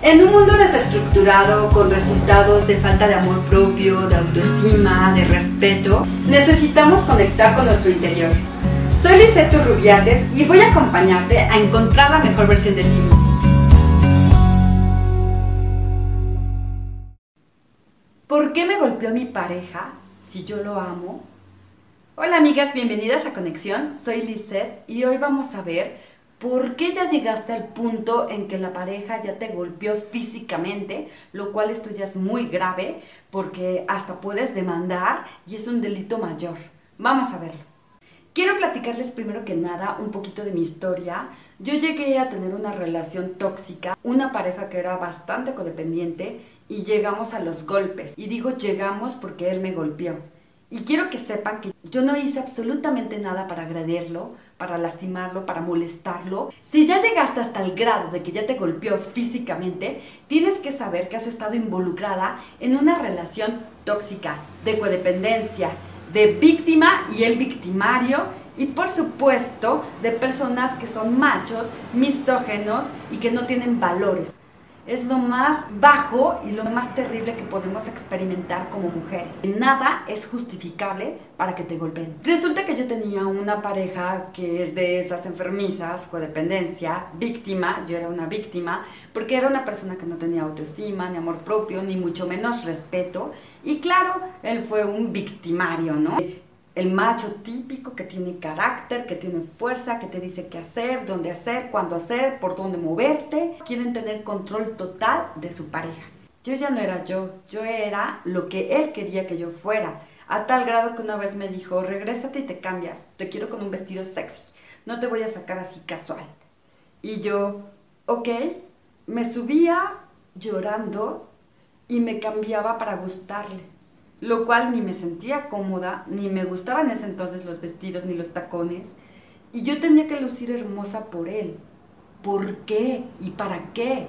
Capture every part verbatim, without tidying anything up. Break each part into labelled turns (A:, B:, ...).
A: En un mundo desestructurado, con resultados de falta de amor propio, de autoestima, de respeto, necesitamos conectar con nuestro interior. Soy Lisette Rubiates y voy a acompañarte a encontrar la mejor versión de ti mismo. ¿Por qué me golpeó mi pareja si yo lo amo? Hola amigas, bienvenidas a Conexión, soy Lisette y hoy vamos a ver ¿por qué ya llegaste al punto en que la pareja ya te golpeó físicamente? Lo cual esto ya es muy grave porque hasta puedes demandar y es un delito mayor. Vamos a verlo. Quiero platicarles primero que nada un poquito de mi historia. Yo llegué a tener una relación tóxica, una pareja que era bastante codependiente y llegamos a los golpes. Y digo llegamos porque él me golpeó. Y quiero que sepan que yo no hice absolutamente nada para agredirlo, para lastimarlo, para molestarlo. Si ya llegaste hasta el grado de que ya te golpeó físicamente, tienes que saber que has estado involucrada en una relación tóxica, de codependencia, de víctima y el victimario, y por supuesto de personas que son machos, misógenos y que no tienen valores. Es lo más bajo y lo más terrible que podemos experimentar como mujeres. Nada es justificable para que te golpeen. Resulta que yo tenía una pareja que es de esas enfermizas, codependencia, víctima. Yo era una víctima porque era una persona que no tenía autoestima, ni amor propio, ni mucho menos respeto. Y claro, él fue un victimario, ¿no? El macho típico que tiene carácter, que tiene fuerza, que te dice qué hacer, dónde hacer, cuándo hacer, por dónde moverte. Quieren tener control total de su pareja. Yo ya no era yo, yo era lo que él quería que yo fuera. A tal grado que una vez me dijo, regrésate y te cambias, te quiero con un vestido sexy, no te voy a sacar así casual. Y yo, ok, me subía llorando y me cambiaba para gustarle. Lo cual ni me sentía cómoda, ni me gustaban en ese entonces los vestidos ni los tacones. Y yo tenía que lucir hermosa por él. ¿Por qué? ¿Y para qué?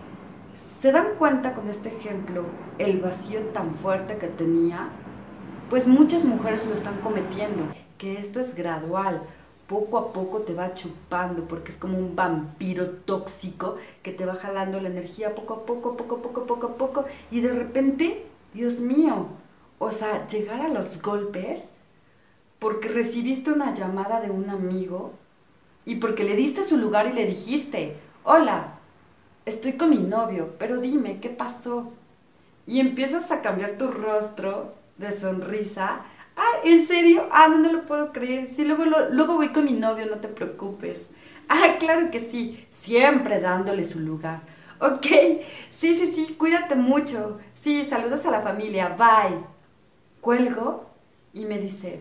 A: ¿Se dan cuenta con este ejemplo el vacío tan fuerte que tenía? Pues muchas mujeres lo están cometiendo. Que esto es gradual. Poco a poco te va chupando porque es como un vampiro tóxico que te va jalando la energía poco a poco, poco a poco, poco a poco. Y de repente, Dios mío, o sea, llegar a los golpes porque recibiste una llamada de un amigo y porque le diste su lugar y le dijiste, hola, estoy con mi novio, pero dime, ¿qué pasó? Y empiezas a cambiar tu rostro de sonrisa. Ah, ¿en serio? Ah, no, no lo puedo creer. Sí, luego, lo, luego voy con mi novio, no te preocupes. Ah, claro que sí, siempre dándole su lugar. Ok, sí, sí, sí, cuídate mucho. Sí, saludos a la familia, bye. Cuelgo y me dice,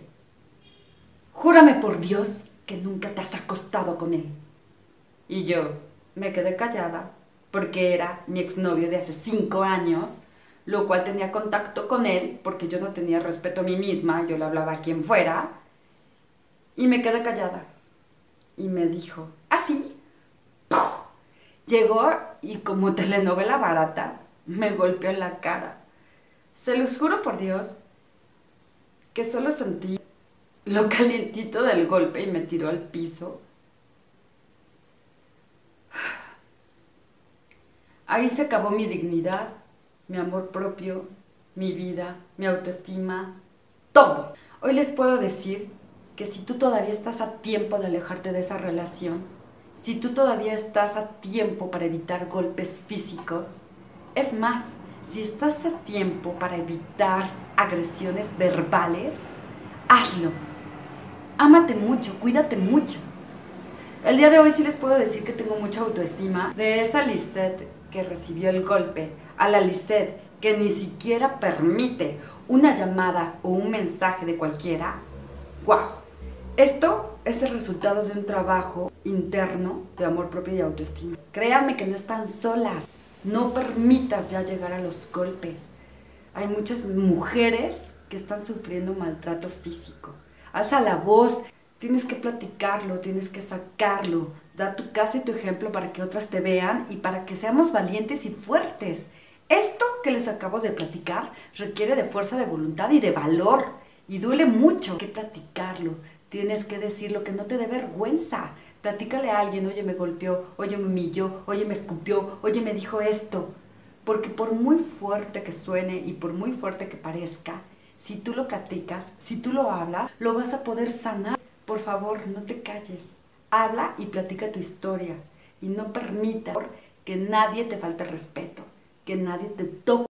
A: júrame por Dios que nunca te has acostado con él. Y yo me quedé callada porque era mi exnovio de hace cinco años, lo cual tenía contacto con él porque yo no tenía respeto a mí misma, yo le hablaba a quien fuera, y me quedé callada. Y me dijo, ¿así? ¡Puf! Llegó y como telenovela barata, me golpeó en la cara. Se los juro por Dios que solo sentí lo calientito del golpe y me tiró al piso. Ahí se acabó mi dignidad, mi amor propio, mi vida, mi autoestima, todo. Hoy les puedo decir que si tú todavía estás a tiempo de alejarte de esa relación, si tú todavía estás a tiempo para evitar golpes físicos, es más, si estás a tiempo para evitar agresiones verbales, hazlo. Ámate mucho, cuídate mucho. El día de hoy sí les puedo decir que tengo mucha autoestima. De esa Lisette que recibió el golpe a la Lisette que ni siquiera permite una llamada o un mensaje de cualquiera. ¡Wow! Esto es el resultado de un trabajo interno de amor propio y autoestima. Créanme que no están solas. No permitas ya llegar a los golpes. Hay muchas mujeres que están sufriendo maltrato físico. Alza la voz, tienes que platicarlo, tienes que sacarlo. Da tu caso y tu ejemplo para que otras te vean y para que seamos valientes y fuertes. Esto que les acabo de platicar requiere de fuerza de voluntad y de valor. Y duele mucho. Tienes que platicarlo, tienes que decir lo que no te dé vergüenza. Platícale a alguien, oye, me golpeó, oye, me humilló, oye, me escupió, oye, me dijo esto. Porque por muy fuerte que suene y por muy fuerte que parezca, si tú lo platicas, si tú lo hablas, lo vas a poder sanar. Por favor, no te calles. Habla y platica tu historia. Y no permita que nadie te falte respeto, que nadie te toque.